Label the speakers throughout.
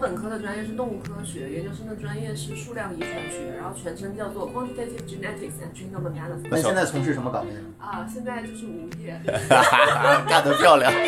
Speaker 1: 本科的专业是动物科学，研究生的专业是数量遗传学，然后全称叫做 Quantitative Genetics and Genome Analysis。
Speaker 2: 那现在从事什么岗位呢？
Speaker 1: 现在就是无业。
Speaker 3: 干得漂亮！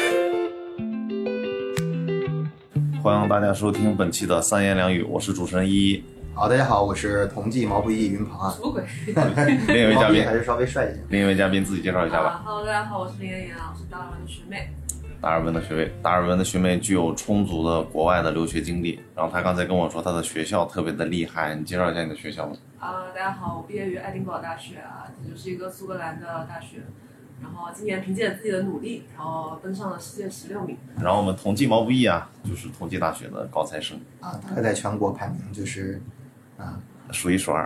Speaker 3: 欢迎大家收听本期的三言两语，我是主持人依依。
Speaker 2: 好，大家好，我是同济毛不易云鹏啊。
Speaker 1: 什么鬼？
Speaker 3: 另一位嘉宾
Speaker 2: 还是稍微帅一点。
Speaker 3: 另一位嘉宾自己介绍一下吧。
Speaker 1: Hello， 大家好，我是林妍妍，我是达尔文的学妹。
Speaker 3: 达尔文的学位，达尔文的学妹具有充足的国外的留学经历，然后她刚才跟我说她的学校特别的厉害，你介绍一下你的学校吗？
Speaker 1: 大家好，我毕业于爱丁堡大学这就是一个苏格兰的大学。然后今年凭借自己的努力，然后登上了世界16名。
Speaker 3: 然后我们同济毛不易就是同济大学的高材生
Speaker 2: 大概在全国排名就是
Speaker 3: 数一数二。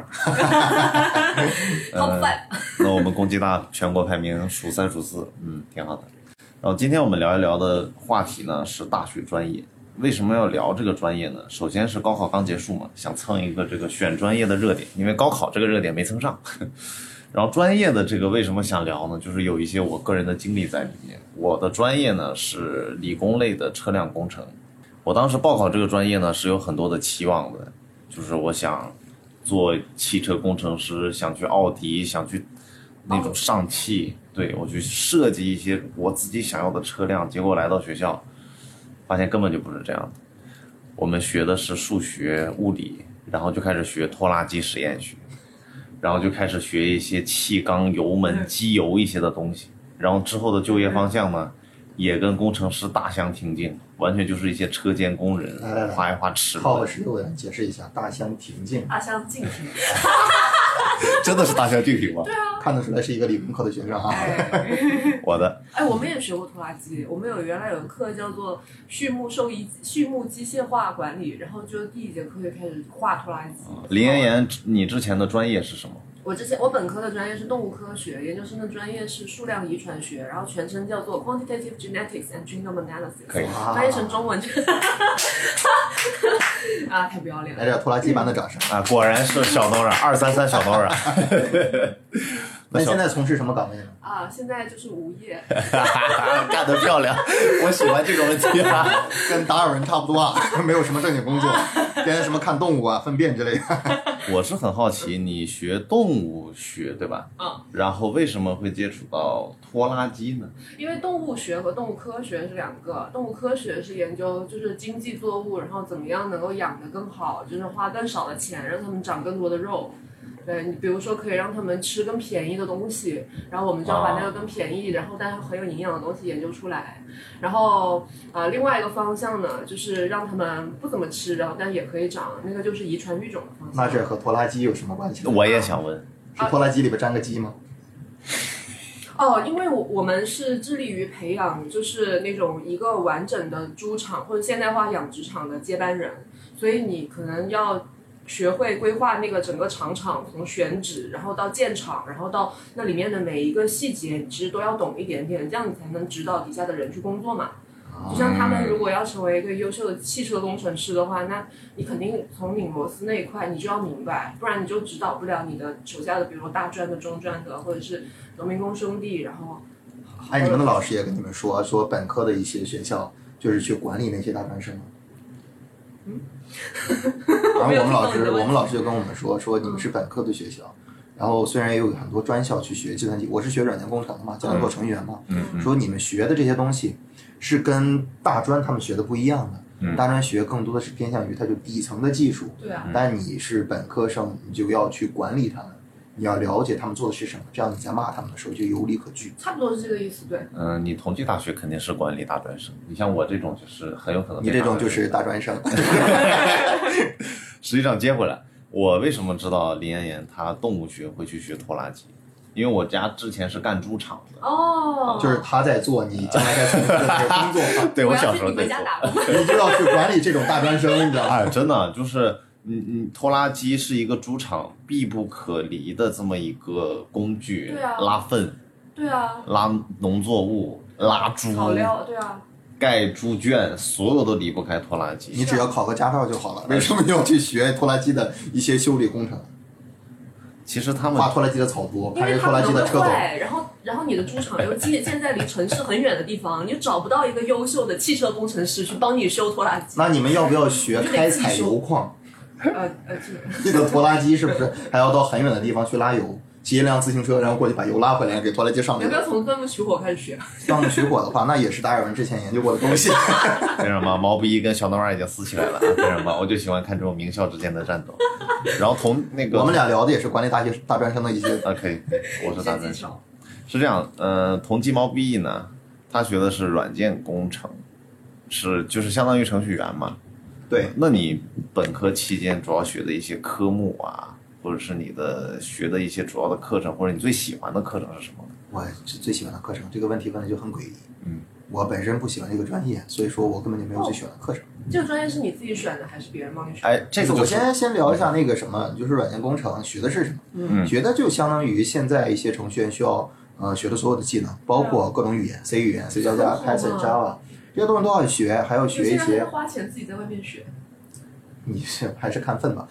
Speaker 1: Top 5。
Speaker 3: 那我们共济大全国排名数3数4，挺好的。然后今天我们聊一聊的话题呢是大学专业。为什么要聊这个专业呢？首先是高考刚结束嘛，想蹭一个这个选专业的热点，因为高考这个热点没蹭上。然后专业的这个为什么想聊呢？就是有一些我个人的经历在里面。我的专业呢是理工类的车辆工程。我当时报考这个专业呢是有很多的期望的，就是我想做汽车工程师，想去奥迪，想去那种上汽，对，我去设计一些我自己想要的车辆。结果来到学校发现根本就不是这样的。我们学的是数学物理，然后就开始学拖拉机实验学，然后就开始学一些气缸油门机油一些的东西。然后之后的就业方向呢也跟工程师大相庭径，完全就是一些车间工人，画一画齿轮。
Speaker 2: 靠的16人解释一下，大相庭径。
Speaker 1: 大相径庭。
Speaker 3: 真的是大相径庭吗？
Speaker 1: 对啊，
Speaker 2: 看得出来是一个理工科的学生啊。
Speaker 3: 我的。
Speaker 1: 我们也学过拖拉机，我们原来有个课叫做畜牧机械化管理，然后就第1节课就开始画拖拉机。
Speaker 3: 林妍妍，你之前的专业是什么？
Speaker 1: 我本科的专业是动物科学，研究生的专业是数量遗传学，然后全称叫做 Quantitative Genetics and Genome Analysis。
Speaker 3: 可以。
Speaker 1: 翻译成中文就太不要脸了。
Speaker 2: 来点拖拉机般的掌声
Speaker 3: 果然是小东人，233小东人。
Speaker 2: 那现在从事什么岗位呢？
Speaker 1: 现在就是无业。
Speaker 3: 干得漂亮！我喜欢这个问题
Speaker 2: 跟达尔文差不多没有什么正经工作，天天什么看动物粪便之类的。
Speaker 3: 我是很好奇，你学动物学对吧？然后为什么会接触到拖拉机呢？
Speaker 1: 因为动物学和动物科学是两个。动物科学是研究就是经济作物，然后怎么样能够养得更好，就是花更少的钱让它们长更多的肉。对，你比如说可以让他们吃更便宜的东西，然后我们就要把那个更便宜然后但是很有营养的东西研究出来。然后另外一个方向呢就是让他们不怎么吃，然后但也可以长，那个就是遗传育种的方向。
Speaker 2: 那这和拖拉机有什么关系？
Speaker 3: 我也想问，
Speaker 2: 是拖拉机里边粘个鸡吗？
Speaker 1: 因为我们是致力于培养就是那种一个完整的猪场或者现代化养殖场的接班人，所以你可能要学会规划那个整个厂从选址，然后到建厂，然后到那里面的每一个细节，你其实都要懂一点点，这样你才能指导底下的人去工作嘛。就像他们如果要成为一个优秀的汽车工程师的话，那你肯定从拧螺丝那一块你就要明白，不然你就指导不了你的手下的，比如说大专的、中专的，或者是农民工兄弟。然后，
Speaker 2: 你们的老师也跟你们说本科的一些学校就是去管理那些大专生。然后我们老师就跟我们说你们是本科的学校，然后虽然也有很多专校去学计算机，我是学软件工程的嘛，交流程序员嘛，说你们学的这些东西是跟大专他们学的不一样的。大专学更多的是偏向于它就底层的技术，
Speaker 1: 对啊，
Speaker 2: 但你是本科生，你就要去管理他们，你要了解他们做的是什么，这样你在骂他们的时候就有理可据。
Speaker 1: 差不多是这个意思，对。
Speaker 3: 你同济大学肯定是管理大专生，你像我这种就是很有可能。
Speaker 2: 你这种就是大专生。
Speaker 3: 实际上接回来，我为什么知道林妍妍她动物学会去学拖拉机？因为我家之前是干猪场的。
Speaker 2: 就是他在做你将来在从事的工作。
Speaker 3: 对，我小时候
Speaker 1: 在做。
Speaker 2: 你就要去管理这种大专生，你知道吗？
Speaker 3: 真的就是拖拉机是一个猪场必不可离的这么一个工具。
Speaker 1: 对啊，
Speaker 3: 拉粪。
Speaker 1: 对啊，
Speaker 3: 拉农作物，拉猪，
Speaker 1: 草料。对啊，
Speaker 3: 盖猪圈，所有都离不开拖拉机。
Speaker 2: 你只要考个驾照就好了，为什么要去学拖拉机的一些修理工程？
Speaker 3: 其实他们
Speaker 2: 挖拖拉机的草多，
Speaker 1: 因为
Speaker 2: 排着拖拉
Speaker 1: 它可能
Speaker 2: 机的车走。
Speaker 1: 会坏，然后你的猪场又建在离城市很远的地方，你就找不到一个优秀的汽车工程师去帮你修拖拉机。
Speaker 2: 那你们要不要学开采油矿？这个拖拉机是不是还要到很远的地方去拉油？骑一辆自行车，然后过去把油拉回来，给拖拉机上油。
Speaker 1: 要不要从钻木取火开始学？
Speaker 2: 钻木取火的话，那也是达尔文之前研究过的东西。
Speaker 3: 为什么毛不易跟小脑丸已经撕起来了？为什么？我就喜欢看这种名校之间的战斗。然后同那个
Speaker 2: 我们俩聊的也是管理大专生的一些。
Speaker 3: 可以，我是大专生。是这样，同济毛不易呢，他学的是软件工程，就是相当于程序员嘛。
Speaker 2: 对，
Speaker 3: 那你本科期间主要学的一些科目啊，或者是你的学的一些主要的课程，或者你最喜欢的课程是什么呢？
Speaker 2: 我最喜欢的课程，这个问题问的就很诡异。我本身不喜欢这个专业，所以说我根本就没有最喜欢的课程。
Speaker 1: 这个专业是你自己选的，还是别人帮你选的？
Speaker 3: 这个
Speaker 2: 我先聊一下那个什么，就是软件工程学的是什么？学的就相当于现在一些程序员需要学的所有的技能，包括各种语言 ，C 语言、C++、Python、Java 这些东西都要学，还要学一些。
Speaker 1: 花钱自己在外面学。
Speaker 2: 你还是看份吧。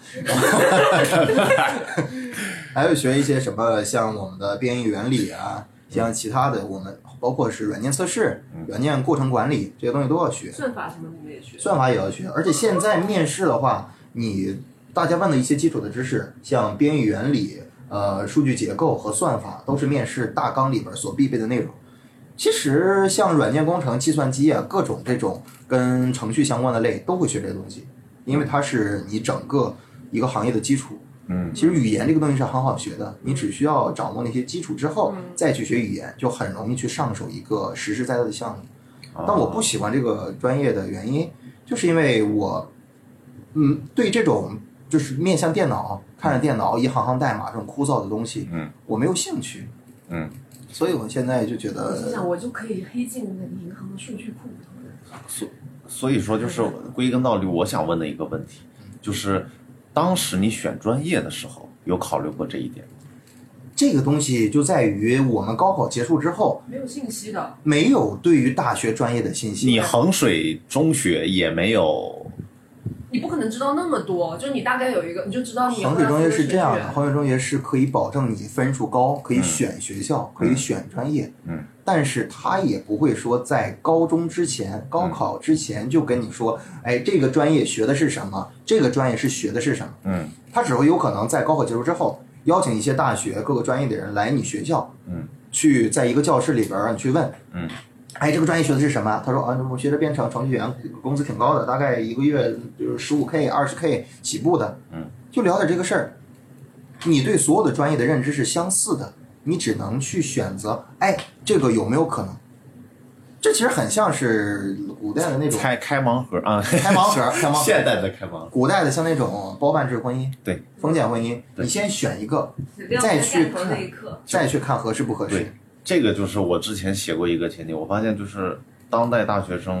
Speaker 2: 还有学一些什么，像我们的编译原理啊，像其他的我们包括是软件测试、软件过程管理这些东西都要学。
Speaker 1: 算法什么你们也学？
Speaker 2: 算法也要学，而且现在面试的话，大家问的一些基础的知识，像编译原理、数据结构和算法，都是面试大纲里边所必备的内容。其实像软件工程、计算机啊，各种这种跟程序相关的类都会学这些东西，因为它是你整个一个行业的基础。其实语言这个东西是很好学的，你只需要掌握那些基础之后，再去学语言，就很容易去上手一个实实在在的项目。但我不喜欢这个专业的原因，就是因为我，对这种就是面向电脑、看着电脑一行行代码这种枯燥的东西，我没有兴趣。所以我现在就觉得，
Speaker 1: 我心想我就可以黑进那个银行的数据库。
Speaker 3: 所以说，就是归根到底，我想问的一个问题，就是当时你选专业的时候，有考虑过这一点吗？
Speaker 2: 这个东西就在于我们高考结束之后，
Speaker 1: 没有信息的，
Speaker 2: 没有对于大学专业的信息。
Speaker 3: 你衡水中学也没有。
Speaker 1: 你不可能知道那么多，就你大概有一个，你就知道你
Speaker 2: 衡水中学是这样的，衡水中学是可以保证你分数高，可以选学校，可以选专业，但是他也不会说在高中之前、高考之前就跟你说，哎，这个专业学的是什么，这个专业是学的是什么，他只会有可能在高考结束之后，邀请一些大学各个专业的人来你学校，去在一个教室里边你去问，哎，这个专业学的是什么？他说啊，我学的编程程序员，工资挺高的，大概一个月就是15K、20K 起步的。就聊点这个事儿。你对所有的专业的认知是相似的，你只能去选择，哎，这个有没有可能？这其实很像是古代的那种
Speaker 3: 开盲盒啊，
Speaker 2: 开盲盒，
Speaker 3: 现代的开盲盒，
Speaker 2: 古代的像那种包办制婚姻，
Speaker 3: 对，
Speaker 2: 封建婚姻，你先选一个，再去看合适不合适。
Speaker 3: 这个就是我之前写过一个前提，我发现就是当代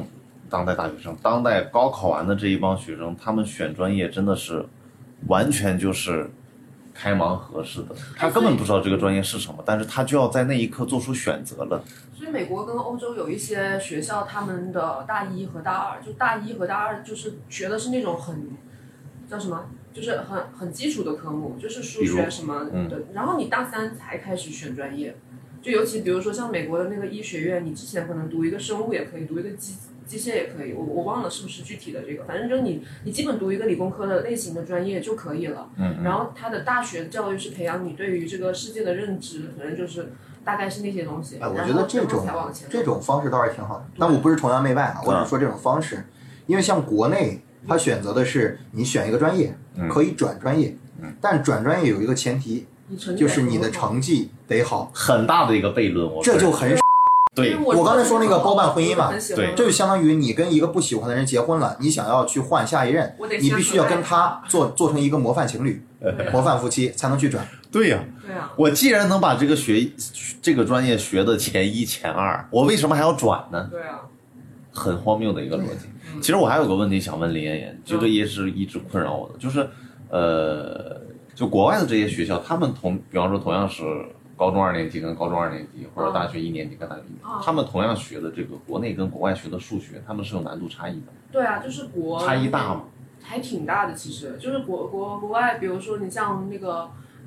Speaker 3: 高考完的这一帮学生，他们选专业真的是完全就是开盲盒似的，他根本不知道这个专业是什么，但是他就要在那一刻做出选择了。
Speaker 1: 所以美国跟欧洲有一些学校，他们的大一和大二，就大一和大二就是学的是那种很叫什么，就是很基础的科目，就是数学什么的，然后你大三才开始选专业。就尤其比如说像美国的那个医学院，你之前可能读一个生物也可以，读一个机械也可以，我忘了是不是具体的这个，反正就是你基本读一个理工科的类型的专业就可以了。然后他的大学教育是培养你对于这个世界的认知，可能就是大概是那些东西。
Speaker 2: 我觉得这种方式倒是挺好的，但我不是崇洋媚外啊，我只是说这种方式，因为像国内他选择的是你选一个专业，可以转专业，但转专业有一个前提。就是你的成绩得好，
Speaker 3: 很大的一个悖论，
Speaker 2: 这就很
Speaker 3: 对。
Speaker 2: 我刚才说那个包办婚姻嘛，
Speaker 3: 对，
Speaker 2: 这就相当于你跟一个不喜欢的人结婚了，你想要去换下一任，你必须要跟他做成一个模范情侣、模范夫妻才能去转。
Speaker 3: 对呀，我既然能把这个专业学的前一前二，我为什么还要转呢？
Speaker 1: 对啊，
Speaker 3: 很荒谬的一个逻辑。其实我还有个问题想问林妍妍，这个也是一直困扰我的，就是就国外的这些学校，他们比方说同样是高中2年级跟高中2年级，或者大学1年级跟大学1年级，他们同样学的这个国内跟国外学的数学，他们是有难度差异的。
Speaker 1: 对啊，就是差
Speaker 3: 异大吗？
Speaker 1: 还挺大的，其实就是国外，比如说你像那个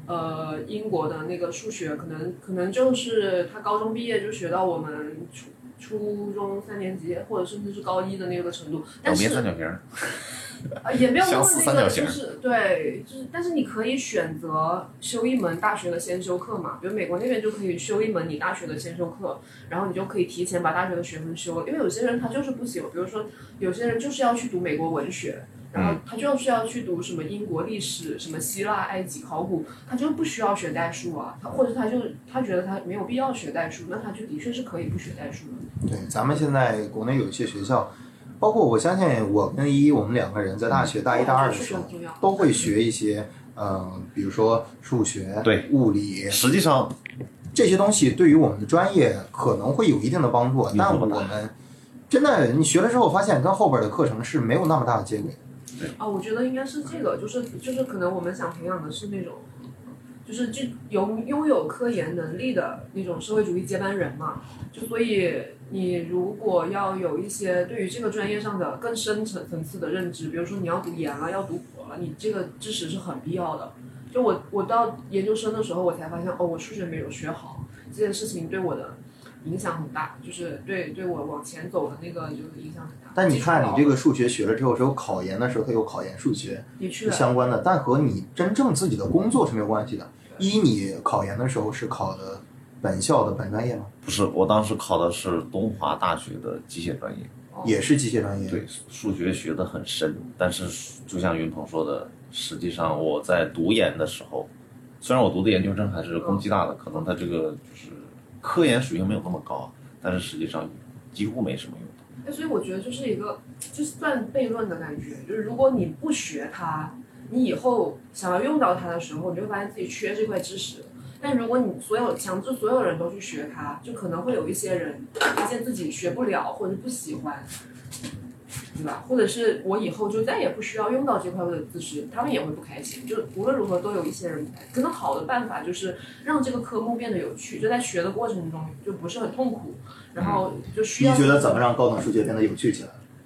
Speaker 1: 英国的那个数学，可能就是他高中毕业就学到我们初中3年级或者甚至是高1的那个程度，但是
Speaker 3: 三角形
Speaker 1: 也没有那么那个，
Speaker 3: 相似三角形
Speaker 1: 就是对，就是但是你可以选择修一门大学的先修课嘛，比如美国那边就可以修一门你大学的先修课，然后你就可以提前把大学的学分修了，因为有些人他就是不喜欢，比如说有些人就是要去读美国文学。然后他就是要去读什么英国历史、什么希腊、埃及考古，他就不需要学代数啊，或者他觉得他没有必要学代数，那他就的确是可以不学代数的。
Speaker 2: 对，咱们现在国内有一些学校，包括我相信我跟我们2个人在大学大1、大2的时候都会学一些，比如说数学、
Speaker 3: 对
Speaker 2: 物理，
Speaker 3: 实际上
Speaker 2: 这些东西对于我们的专业可能会有一定的帮助，但我们真的你学了之后发现跟后边的课程是没有那么大的接轨。
Speaker 1: 我觉得应该是这个，就是可能我们想培养的是那种，就是拥有科研能力的那种社会主义接班人嘛。就所以你如果要有一些对于这个专业上的更深层次的认知，比如说你要读研了，要读博了，你这个知识是很必要的。就我到研究生的时候，我才发现我数学没有学好，这件事情对我的影响很大，就是对我往前走的那个就是影响很大。
Speaker 2: 但你看，你这个数学学了之后，只有考研的时候它有考研数学相关的，但和你真正自己的工作是没有关系的。你考研的时候是考的本校的本专业吗？
Speaker 3: 不是，我当时考的是东华大学的机械专业，
Speaker 2: 也是机械专业。
Speaker 3: 对，数学学得很深，但是就像云鹏说的，实际上我在读研的时候，虽然我读的研究生还是工技大的，可能它这个就是科研水平没有那么高，但是实际上几乎没什么用。
Speaker 1: 所以我觉得就是一个就是算悖论的感觉，就是如果你不学它，你以后想要用到它的时候，你就会发现自己缺这块知识。但如果你强制所有人都去学它，就可能会有一些人发现自己学不了或者不喜欢，对吧？或者是我以后就再也不需要用到这块的知识，他们也会不开心。就无论如何都有一些人不开心。可能好的办法就是让这个科目变得有趣，就在学的过程中就不是很痛苦，然后就需要。
Speaker 2: 你觉得怎么让高等数学变得有趣起来？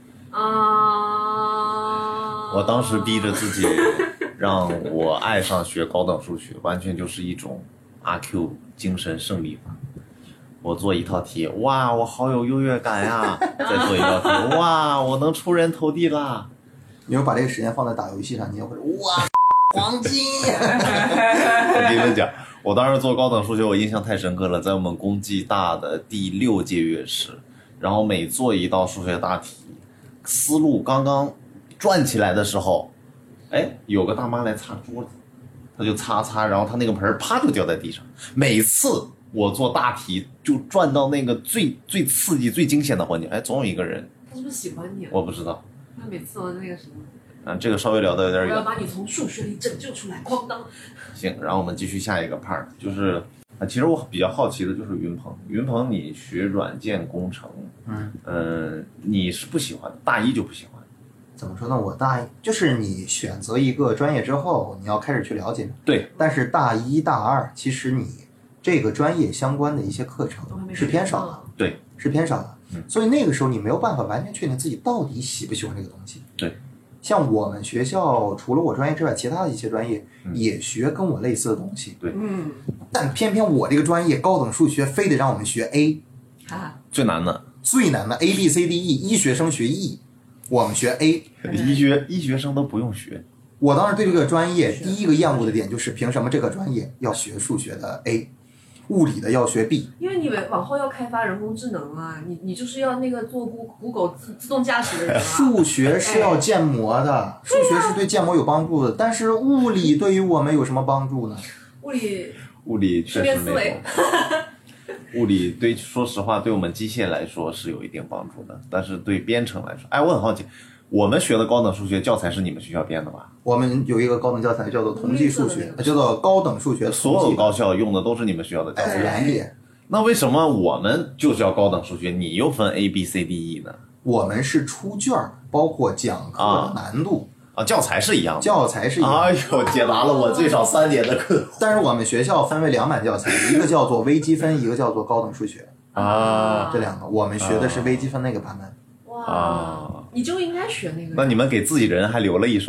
Speaker 3: 我当时逼着自己让我爱上学高等数学，完全就是一种阿 Q 精神胜利法。我做一套题，哇，我好有优越感呀！再做一道题，哇，我能出人头地啦！
Speaker 2: 你要把这个时间放在打游戏上，你也会说哇，黄金！
Speaker 3: 我跟你们讲，我当时做高等数学，我印象太深刻了，在我们工技大的第6届月试，然后每做一道数学大题，思路刚刚转起来的时候，有个大妈来擦桌子，她就擦，然后她那个盆啪就掉在地上。每次我做大题就转到那个最刺激、最惊险的环节，总有一个人。
Speaker 1: 他是不是喜欢你？
Speaker 3: 我不知道。
Speaker 1: 他每次都那个什么。
Speaker 3: 这个稍微聊得有点远。
Speaker 1: 我要把你从数学里拯救出来，哐当。
Speaker 3: 行，然后我们继续下一个 part， 就是其实我比较好奇的就是云鹏，你学软件工程，你是不喜欢的，大一就不喜欢。
Speaker 2: 怎么说呢？我大一就是你选择一个专业之后，你要开始去了解。
Speaker 3: 对。
Speaker 2: 但是大一大二，其实你这个专业相关的一些课程是偏少的。
Speaker 3: 对，
Speaker 2: 是偏少的。所以那个时候你没有办法完全确定自己到底喜不喜欢这个东西。
Speaker 3: 对。
Speaker 2: 像我们学校除了我专业之外，其他的一些专业也学跟我类似的东西。
Speaker 3: 对。
Speaker 2: 但偏偏我这个专业高等数学非得让我们学 A，
Speaker 3: 最难的
Speaker 2: A B C D E， 医学生学 E， 我们学 A，
Speaker 3: 医学生都不用学。
Speaker 2: 我当时对这个专业第一个厌恶的点就是凭什么这个专业要学数学的 A， 物理的要学 B？
Speaker 1: 因为你往后要开发人工智能啊，你就是要那个做Google 自动驾驶的人啊。
Speaker 2: 数学是要建模的，数学是对建模有帮助的，但是物理对于我们有什么帮助呢？
Speaker 3: 物理确实没有。物理说实话对我们机械来说是有一定帮助的，但是对编程来说，我很好奇，我们学的高等数学教材是你们学校编的吧？
Speaker 2: 我们有一个高等教材叫做统计数学，叫做高等数学，
Speaker 3: 所有高校用的都是你们学校的教材。那为什么我们就叫高等数学，你又分 A B C D E 呢？
Speaker 2: 我们是出卷，包括讲课的难度。
Speaker 3: 教材是一样的。
Speaker 2: 教材是一样的。
Speaker 3: 哎呦，解答了我最少3年的课。
Speaker 2: 但是我们学校分为2版教材，一个叫做微积分，一个叫做高等数学。这两个我们学的是微积分那个版本。
Speaker 1: 哇，你就应该学那个。
Speaker 3: 那你们给自己人还留了一手。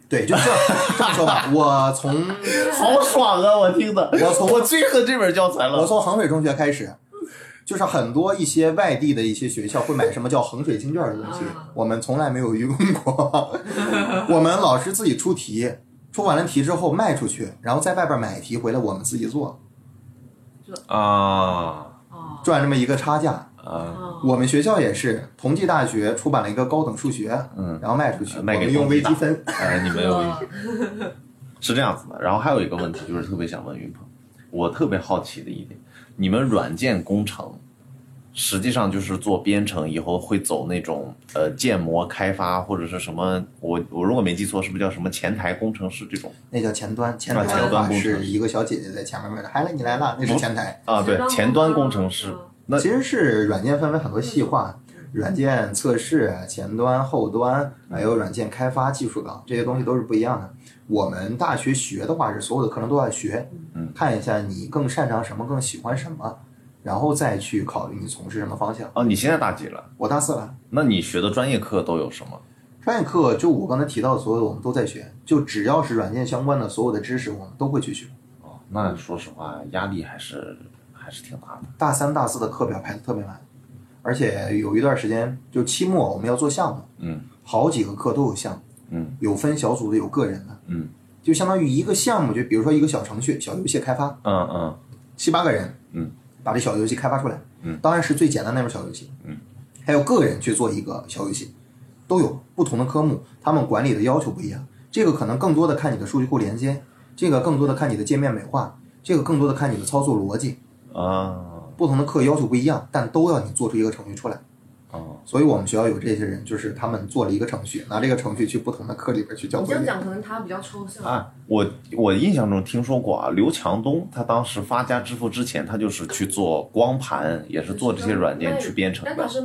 Speaker 2: 对，就这么说吧，我从
Speaker 3: 好爽啊！我听的，我最恨这本教材了。
Speaker 2: 我从衡水中学开始，就是很多一些外地的一些学校会买什么叫衡水金卷的东西，我们从来没有用过。我们老师自己出题，出完了题之后卖出去，然后在外边买题回来我们自己做，赚这么一个差价。我们学校也是，同济大学出版了一个高等数学，然后卖出去，我们用微积分。
Speaker 3: 你们用微积分，是这样子的。然后还有一个问题，就是特别想问云鹏，我特别好奇的一点，你们软件工程实际上就是做编程以后会走那种建模开发或者是什么，我如果没记错，是不是叫什么前台工程师这种？
Speaker 2: 那叫前端，前端是一个小姐姐在前面问的，海来你来了，那是前台
Speaker 3: 啊，对，前端工程师。那
Speaker 2: 其实是软件分为很多细化，软件测试、前端、后端，还有软件开发、技术岗，这些东西都是不一样的。我们大学学的话是所有的课程都要学，看一下你更擅长什么，更喜欢什么，然后再去考虑你从事什么方向。
Speaker 3: 你现在大几了？
Speaker 2: 我大4了。
Speaker 3: 那你学的专业课都有什么？
Speaker 2: 专业课就我刚才提到的所有的我们都在学，就只要是软件相关的所有的知识我们都会去学。
Speaker 3: 那说实话压力还是挺大的。
Speaker 2: 大3、大4的课表排得特别满，而且有一段时间就期末我们要做项目，好几个课都有项目，有分小组的，有个人的，就相当于一个项目，就比如说一个小程序、小游戏开发，7、8个人，把这小游戏开发出来，当然是最简单那种小游戏，还有个人去做一个小游戏，都有不同的科目，他们管理的要求不一样，这个可能更多的看你的数据库连接，这个更多的看你的界面美化，这个更多的看你的操作逻辑。不同的课要求不一样，但都要你做出一个程序出来。所以我们学校有这些人，就是他们做了一个程序，拿这个程序去不同的课里边去交作业。
Speaker 1: 你这样讲可能他比较抽象
Speaker 3: 我印象中听说过刘强东，他当时发家致富之前，他就是去做光盘，也是做这些软件去编程的。
Speaker 1: 但他是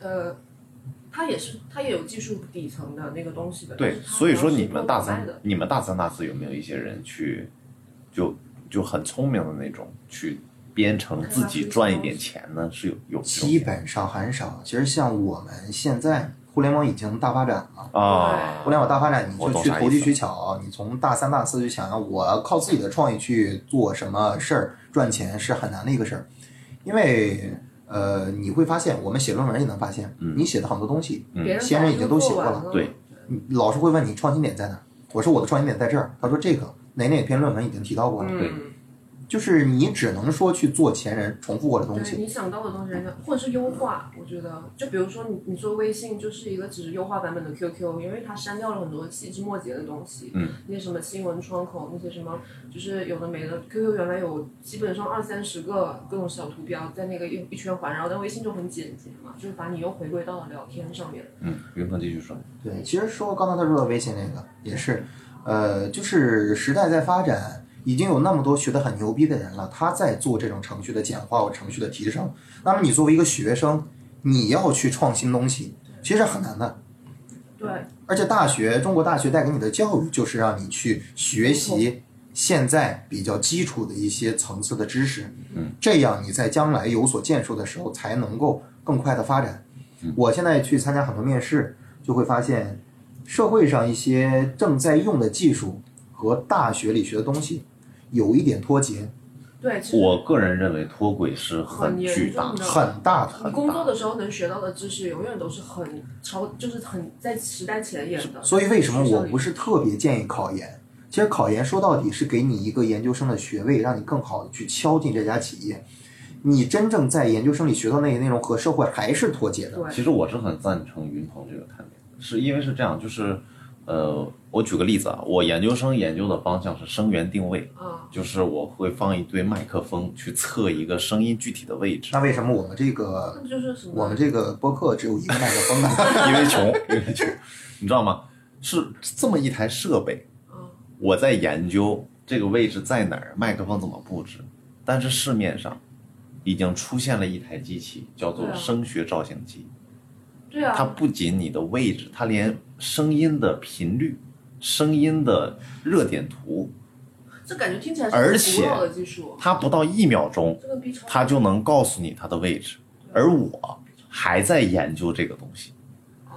Speaker 1: 他也有技术底层的那个东西的。
Speaker 3: 对，所以说你们大三、大四有没有一些人去就很聪明的那种去编程自己赚一点钱呢？是有
Speaker 2: 基本上很少。其实像我们现在互联网已经大发展了互联网大发展，你就去投机取巧，你从大3、大4就想要我靠自己的创意去做什么事儿赚钱是很难的一个事儿，因为你会发现，我们写论文也能发现，你写的很多东西，先人已经都写过了。
Speaker 3: 对，
Speaker 2: 老师会问你创新点在哪，我说我的创新点在这儿，他说这个哪篇论文已经提到过了。
Speaker 3: 对。
Speaker 2: 就是你只能说去做前人重复过的东西，
Speaker 1: 对，你想到的东西，或者是优化。我觉得，就比如说你说微信就是一个只是优化版本的 QQ， 因为它删掉了很多细枝末节的东西，那些什么新闻窗口，那些什么就是有的没的。QQ 原来有基本上20-30个各种小图标在那个一圈环绕，但微信就很简洁嘛，就是把你又回归到了聊天上面。
Speaker 3: 云鹏继续说。
Speaker 2: 对，其实说刚才他说的微信那个也是，就是时代在发展。已经有那么多学得很牛逼的人了，他在做这种程序的简化或程序的提升。那么你作为一个学生，你要去创新东西，其实很难的。
Speaker 1: 对。
Speaker 2: 而且中国大学带给你的教育就是让你去学习现在比较基础的一些层次的知识，这样你在将来有所建树的时候才能够更快的发展。我现在去参加很多面试，就会发现社会上一些正在用的技术和大学里学的东西有一点脱节。
Speaker 1: 对，
Speaker 3: 我个人认为脱轨是很巨大的、
Speaker 2: 很大的。
Speaker 1: 你工作的时候能学到的知识，永远都是就是很在时代前沿的。
Speaker 2: 所以为什么我不是特别建议考研？其实考研说到底是给你一个研究生的学位，让你更好的去敲进这家企业。你真正在研究生里学到那些内容和社会还是脱节的。
Speaker 3: 其实我是很赞成云鹏这个看点，是因为是这样，就是我举个例子啊，我研究生研究的方向是声源定位，就是我会放一堆麦克风去测一个声音具体的位置。
Speaker 2: 那为什么我们这个播客只有一个麦克风呢？
Speaker 3: 因为穷，你知道吗？是这么一台设备，我在研究这个位置在哪儿，麦克风怎么布置，但是市面上已经出现了一台机器，叫做声学照相机。
Speaker 1: 对啊，
Speaker 3: 它不仅你的位置，它连声音的频率、声音的热点图，
Speaker 1: 这感觉听起来是很古老的技术。
Speaker 3: 它不到1秒钟，它就能告诉你它的位置。而我还在研究这个东西，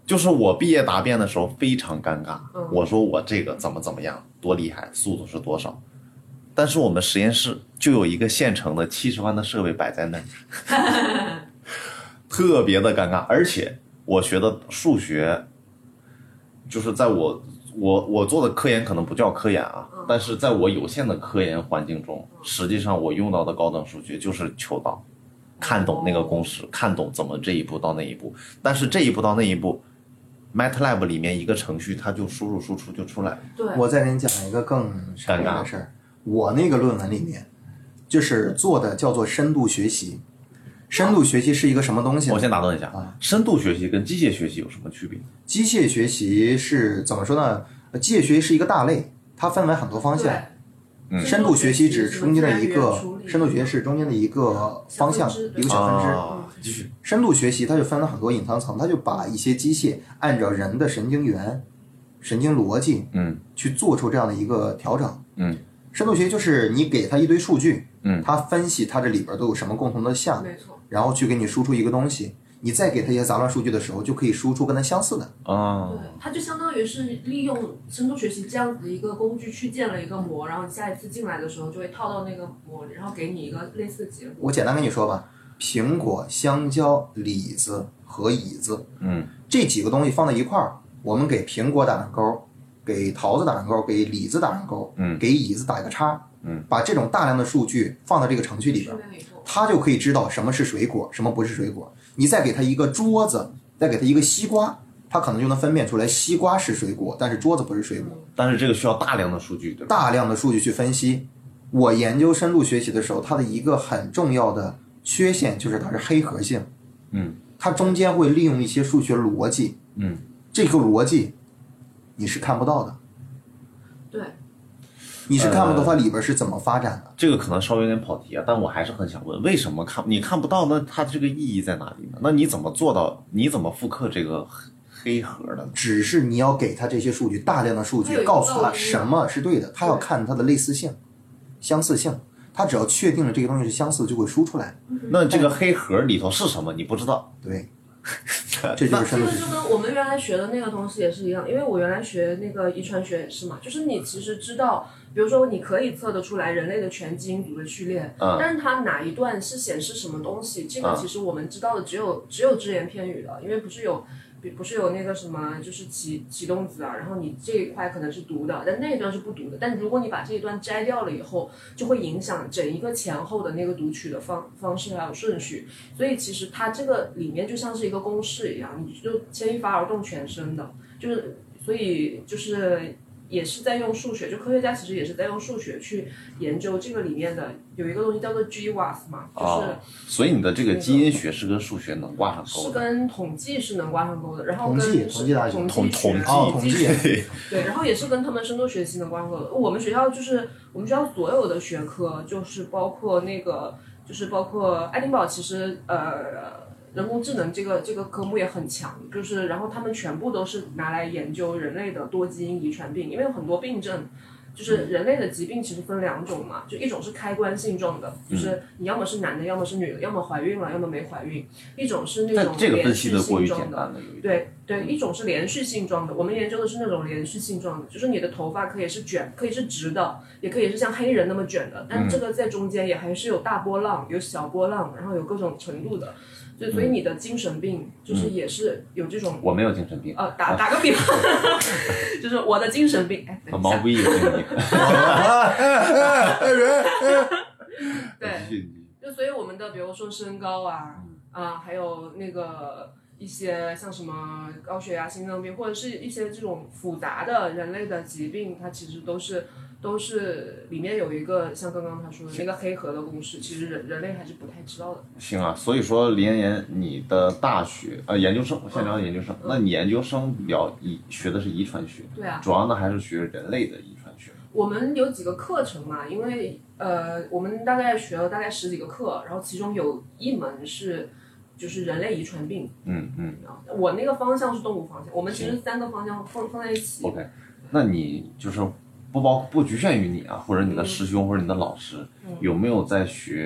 Speaker 3: 就是我毕业答辩的时候非常尴尬，我说我这个怎么样，多厉害，速度是多少，但是我们实验室就有一个现成的70万的设备摆在那儿，特别的尴尬。而且我学的数学，就是在我做的科研可能不叫科研啊，但是在我有限的科研环境中，实际上我用到的高等数学就是求导，看懂那个公式，看懂怎么这一步到那一步，但是这一步到那一步，MATLAB 里面一个程序它就输入输出就出来了。
Speaker 1: 对，
Speaker 2: 我再给你讲一个更傻逼的事儿，我那个论文里面就是做的叫做深度学习。深度学习是一个什么东西呢？
Speaker 3: 我先打断一下，深度学习跟机械学习有什么区别？
Speaker 2: 机械学习是怎么说呢？机械学习是一个类，它分为很多方向。深度学习指中间的一个，深度学习是中间的一个方向，一个小分支。
Speaker 3: 继续。
Speaker 2: 深度学习它就分了很多隐藏层，它就把一些机械按照人的神经元、神经逻辑，去做出这样的一个调整。深度学习就是你给它一堆数据，它分析它这里边都有什么共同的项，
Speaker 1: 没错，
Speaker 2: 然后去给你输出一个东西。你再给它一些杂乱数据的时候，就可以输出跟它相似的。
Speaker 1: 对，它就相当于是利用深度学习这样子的一个工具去建了一个模，然后你下一次进来的时候就会套到那个模里，然后给你一个类似的结果。
Speaker 2: 我简单跟你说吧，苹果、香蕉、李子和椅子，这几个东西放在一块儿，我们给苹果打上勾，给桃子打上勾，给李子打上勾，给椅子打一个叉，把这种大量的数据放到这个程序里边，它就可以知道什么是水果，什么不是水果。你再给它一个桌子，再给它一个西瓜，它可能就能分辨出来西瓜是水果，但是桌子不是水果。
Speaker 3: 但是这个需要大量的数据，对吧？
Speaker 2: 大量的数据去分析。我研究深度学习的时候，它的一个很重要的缺陷就是它是黑盒性。它中间会利用一些数学逻辑。这个逻辑你是看不到的。
Speaker 1: 对。
Speaker 2: 你是看不到它里边是怎么发展的。
Speaker 3: 这个可能稍微有点跑题啊，但我还是很想问，为什么你看不到？那它这个意义在哪里呢？那你怎么做到？你怎么复刻这个黑盒的呢？
Speaker 2: 只是你要给它这些数据，大量的数据，告诉它什么是对的，它要看它的类似性、相似性。它只要确定了这个东西是相似，就会输出来。
Speaker 3: 那这个黑盒里头是什么？你不知道。
Speaker 2: 对。这就是深度学习。
Speaker 1: 就跟我们原来学的那个东西也是一样，因为我原来学那个遗传学也是嘛，就是你其实知道，比如说你可以测得出来人类的全基因组的序列，但是它哪一段是显示什么东西，这个其实我们知道的只有只言片语的，因为不是有那个什么就是启动子啊，然后你这一块可能是读的，但那一段是不读的。但如果你把这一段摘掉了以后，就会影响整一个前后的那个读取的方式还有顺序。所以其实它这个里面就像是一个公式一样，你就牵一发而动全身的，就是所以就是也是在用数学，就科学家其实也是在用数学去研究这个里面的有一个东西叫做 GWAS 嘛，就是
Speaker 3: 所以你的这个基因学是跟数学能挂上钩的，
Speaker 1: 是跟统计是能挂上钩的，然后跟
Speaker 2: 统计大学
Speaker 1: 统计对，然后也是跟他们深度学习能挂上钩的。我们学校所有的学科，就是包括爱丁堡，其实人工智能这个科目也很强，就是然后他们全部都是拿来研究人类的多基因遗传病，因为有很多病症，就是人类的疾病其实分两种嘛，就一种是开关性状的，就是你要么是男的，要么是女的，要么怀孕了，要么没怀孕；一种是那种连续性状的，对，一种是连续性状的。我们研究的是那种连续性状的，就是你的头发可以是卷，可以是直的，也可以是像黑人那么卷的，但这个在中间也还是有大波浪，有小波浪，然后有各种程度的。所以你的精神病就是也是有这种，
Speaker 3: 我没有精神病。
Speaker 1: 打个比方，就是我的精神病。
Speaker 3: 毛不易有精神病。
Speaker 1: 对，就所以我们的比如说身高还有那个一些像什么高血压、心脏病，或者是一些这种复杂的人类的疾病，它其实都是里面有一个像刚刚他说的那个黑盒的公式，其实人类还是不太知道的。
Speaker 3: 行啊，所以说林妍妍，你的大学研究生，我先聊研究生，那你研究生学的是遗传学，
Speaker 1: 对啊，
Speaker 3: 主要呢还是学人类的遗传学。
Speaker 1: 我们有几个课程嘛，因为我们大概学了大概10几个课，然后其中有一门是就是人类遗传病，我那个方向是动物方向，我们其实3个方向放在一起。
Speaker 3: OK， 那你就是不局限于你啊，或者你的师兄或者你的老师，有没有在学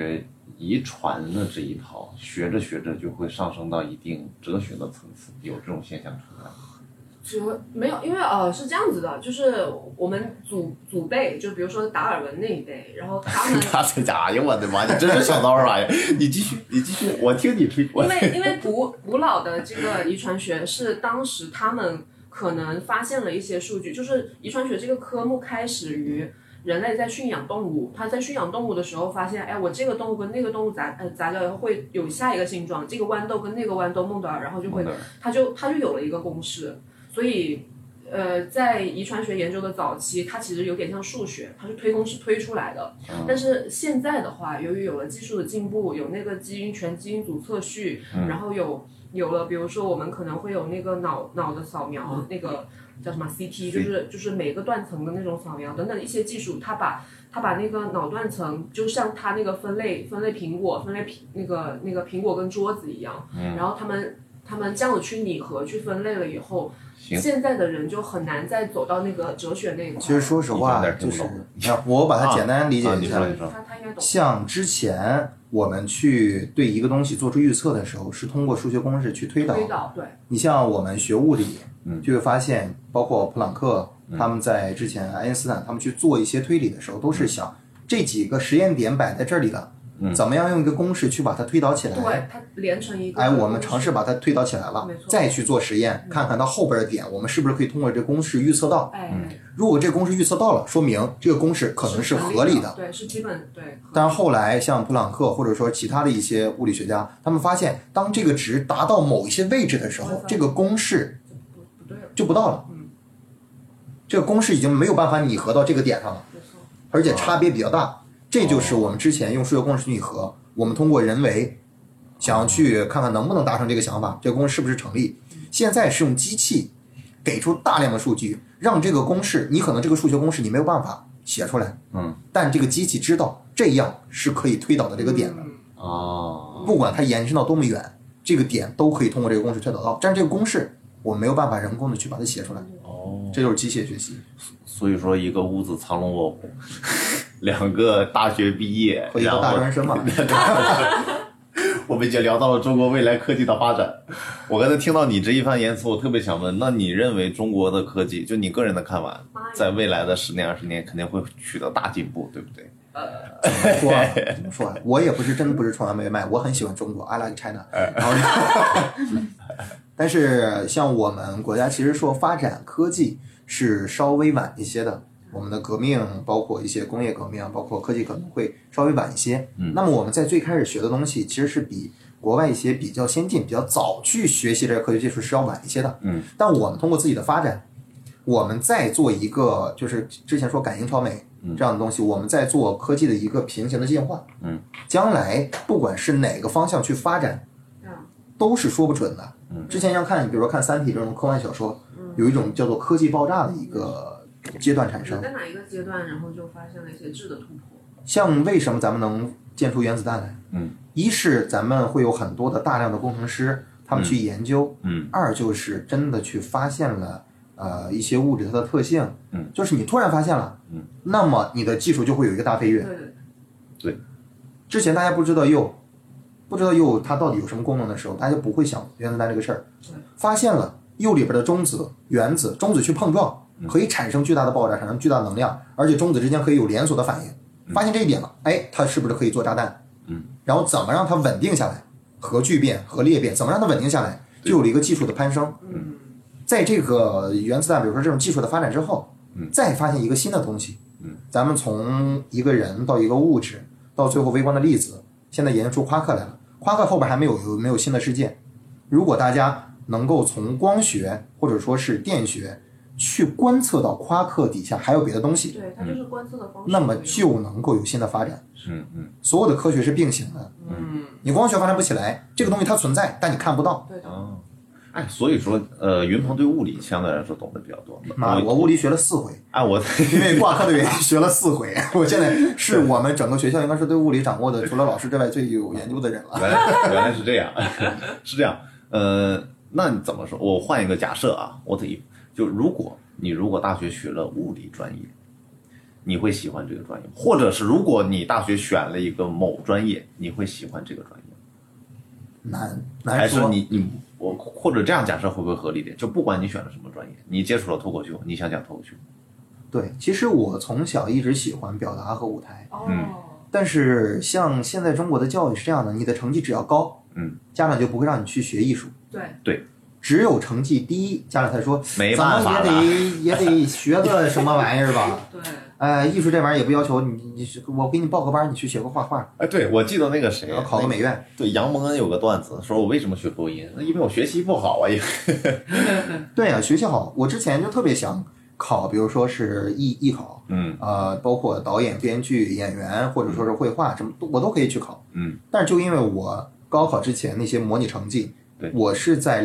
Speaker 3: 遗传的这一套，学着学着就会上升到一定哲学的层次，有这种现象存在。
Speaker 1: 没有，因为是这样子的，就是我们祖辈，就比如说达尔文那一辈，然后他们
Speaker 3: 他这家，哎呦我的妈，你真是小刀吧？你继续，我听你吹。
Speaker 1: 因为古老的这个遗传学是当时他们可能发现了一些数据，就是遗传学这个科目开始于人类在驯养动物，他在驯养动物的时候发现，哎，我这个动物跟那个动物杂交以后会有下一个性状，这个豌豆跟那个豌豆孟德尔，然后就会，他就有了一个公式。所以，在遗传学研究的早期，它其实有点像数学，它是推公式推出来的。但是现在的话，由于有了技术的进步，有那个全基因组测序，然后有了，比如说我们可能会有那个脑的扫描，那个叫什么 CT， 就是每个断层的那种扫描等等一些技术，它把那个脑断层，就像它那个分类苹果，那个苹果跟桌子一样，然后他们这样子去拟合去分类了以后。现在的人就很难再走到那个哲学那一块。
Speaker 2: 其实说实话，就是我把它简单理解一下，像之前我们去对一个东西做出预测的时候，是通过数学公式去推导。
Speaker 1: 对。
Speaker 2: 你像我们学物理，就会发现，包括普朗克他们在之前，爱因斯坦他们去做一些推理的时候，都是想这几个实验点摆在这里的。怎么样用一个公式去把它推导起来？
Speaker 1: 对，它连成一个。
Speaker 2: 哎，我们尝试把它推导起来了，再去做实验，看看到后边的点，我们是不是可以通过这个公式预测到？如果这个公式预测到了，说明这个公式可能是合理的。
Speaker 1: 对，是基本对。
Speaker 2: 但是后来像普朗克或者说其他的一些物理学家，他们发现，当这个值达到某一些位置的时候，这个公式就不到了。这个公式已经没有办法拟合到这个点上了，而且差别比较大。这就是我们之前用数学公式去拟合，我们通过人为想要去看看能不能达成这个想法，这个公式是不是成立。现在是用机器给出大量的数据，让这个公式，你可能这个数学公式你没有办法写出来，但这个机器知道这样是可以推导的这个点的。不管它延伸到多么远，这个点都可以通过这个公式推导到，但是这个公式我们没有办法人工的去把它写出来。这就是机械学习。
Speaker 3: 所以说一个屋子藏龙卧虎，两个大学毕业
Speaker 2: 和一个大专生嘛。
Speaker 3: 我们已经聊到了中国未来科技的发展。我刚才听到你这一番言辞，我特别想问，那你认为中国的科技，就你个人的看法，在未来的10年20年肯定会取得大进步，对不对？
Speaker 2: 怎么说？我也真不是崇洋媚外，我很喜欢中国 ，I like China。然后，但是像我们国家其实说发展科技是稍微晚一些的。我们的革命，包括一些工业革命，包括科技可能会稍微晚一些。那么我们在最开始学的东西，其实是比国外一些比较先进、比较早去学习这个科学技术是要晚一些的。但我们通过自己的发展，我们再做一个，就是之前说感应超美这样的东西，我们在做科技的一个平行的进化。将来不管是哪个方向去发展，都是说不准的。之前要看，比如说看《三体》这种科幻小说，有一种叫做科技爆炸的一个阶段产生。
Speaker 1: 在哪一个阶段，然后就发现了一些质的突破？
Speaker 2: 像为什么咱们能建出原子弹来？一是咱们会有很多的大量的工程师，他们去研究。二就是真的去发现了一些物质它的特性。就是你突然发现了，那么你的技术就会有一个大飞跃。
Speaker 3: 对。
Speaker 2: 之前大家不知道铀它到底有什么功能的时候，大家不会想原子弹这个事儿。发现了铀里边的中子、原子，中子去碰撞。可以产生巨大的爆炸，产生巨大的能量，而且中子之间可以有连锁的反应。发现这一点了，哎，它是不是可以做炸弹？然后怎么让它稳定下来？核聚变、核裂变，怎么让它稳定下来？就有了一个技术的攀升。在这个原子弹，比如说这种技术的发展之后，再发现一个新的东西。咱们从一个人到一个物质，到最后微观的粒子，现在研究出夸克来了。夸克后边还没有新的世界。如果大家能够从光学或者说是电学去观测到夸克底下还有别的东西，
Speaker 1: 对，它就是观测的方式，
Speaker 2: 那么就能够有新的发展。所有的科学是并行的。你光学发展不起来，这个东西它存在，但你看不到。
Speaker 1: 对的。
Speaker 3: 所以说，云鹏对物理相对来说懂得比较多。
Speaker 2: 我物理学了4回。因为挂科的原因学了4回。我现在是我们整个学校应该是对物理掌握的，除了老师之外最有研究的人了。
Speaker 3: 原来是这样，是这样。那你怎么说？我换一个假设啊，我的意思就如果大学学了物理专业， 你会喜欢这个专业，或者是如果你大学选了一个某专业，你会喜欢这个专业？
Speaker 2: 难
Speaker 3: 还是
Speaker 2: 说。
Speaker 3: 我或者这样假设会不会合理点？就不管你选了什么专业，你接触了脱口秀，你想讲脱口秀。
Speaker 2: 对，其实我从小一直喜欢表达和舞台，但
Speaker 1: 哦，
Speaker 2: 是像现在中国的教育是这样的，你的成绩只要高，家长就不会让你去学艺术。
Speaker 1: 对，
Speaker 2: 只有成绩低，家长才说
Speaker 3: 没办法
Speaker 2: 怎么也得学个什么玩意儿吧。
Speaker 1: 对，
Speaker 2: 艺术这玩意儿也不要求你我给你报个班，你去学个画画，
Speaker 3: 哎，对，我记得那个谁，
Speaker 2: 然后考个美院。
Speaker 3: 对，杨蒙恩有个段子说，我为什么学播音？因为我学习不好啊。
Speaker 2: 对啊，学习好。我之前就特别想考，比如说是艺考，包括导演、编剧、演员，或者说是绘画什么，我都可以去考。但是就因为我高考之前那些模拟成绩，
Speaker 3: 对，
Speaker 2: 我是在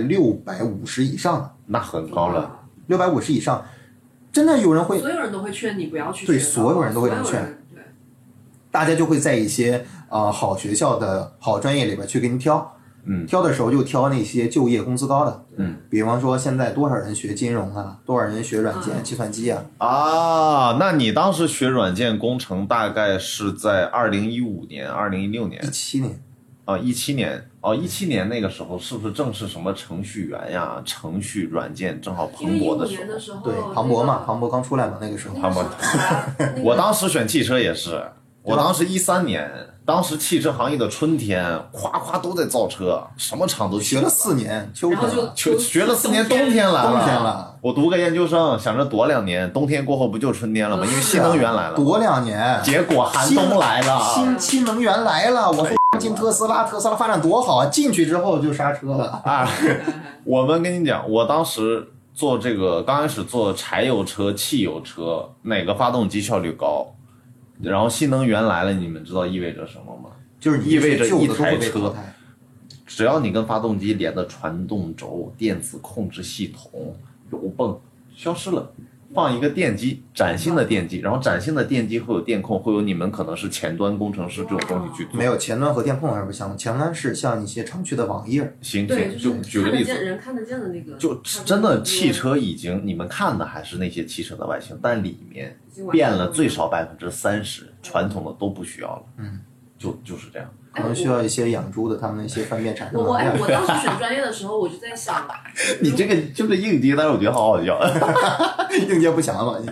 Speaker 2: 650以上的，
Speaker 3: 那很高了。
Speaker 2: 650以上，真的有人会，
Speaker 1: 所有人都会劝你不要去学，
Speaker 2: 对，所有人都会这么劝，
Speaker 1: 对，
Speaker 2: 大家就会在一些好学校的好专业里边去给你挑。挑的时候就挑那些就业工资高的，比方说现在多少人学金融啊，多少人学软件、计算机啊。
Speaker 3: 那你当时学软件工程大概是在2015年、2016年、
Speaker 2: 17年
Speaker 3: ，17年，17年那个时候是不是正是什么程序员呀、程序软件正好蓬勃的
Speaker 1: 时候？
Speaker 2: 对，庞博嘛，庞博刚出来嘛，那个时候。
Speaker 3: 庞博，我当时选汽车也是，我当时13年。当时汽车行业的春天，夸夸都在造车，什么厂都
Speaker 2: 学了4年，秋天了，
Speaker 3: 学了4年，冬天来了，
Speaker 2: 冬天了。
Speaker 3: 我读个研究生，想着躲2年，冬天过后不就春天了吗？因为新能源来了，
Speaker 2: 躲2年，
Speaker 3: 结果寒冬来了，
Speaker 2: 新能源来了，我进特斯拉发展多好啊！进去之后就刹车了啊！
Speaker 3: 我们跟你讲，我当时做这个，刚开始做柴油车、汽油车，哪个发动机效率高？然后新能源来了，你们知道意味着什么吗？
Speaker 2: 就是
Speaker 3: 意味着一台车，只要你跟发动机连的传动轴、电子控制系统、油泵消失了，放一个电机，崭新的电机，然后崭新的电机会有电控，会有你们可能是前端工程师这种东西去做。
Speaker 2: 没有，前端和电控还是不相，前端是像一些程序的网页。
Speaker 1: 行，
Speaker 3: 就举个例子，
Speaker 1: 人看得见的那个，
Speaker 3: 就真的汽车已经你们看的还是那些汽车的外形，但里面变了最少30%，传统的都不需要了。就是这样。
Speaker 2: 可能需要一些养猪的，他们那些粪便产生。
Speaker 1: 我当时选专业的时候，我就在想，
Speaker 3: 你这个就是应激，但是我觉得好好笑。
Speaker 2: 应接不暇嘛，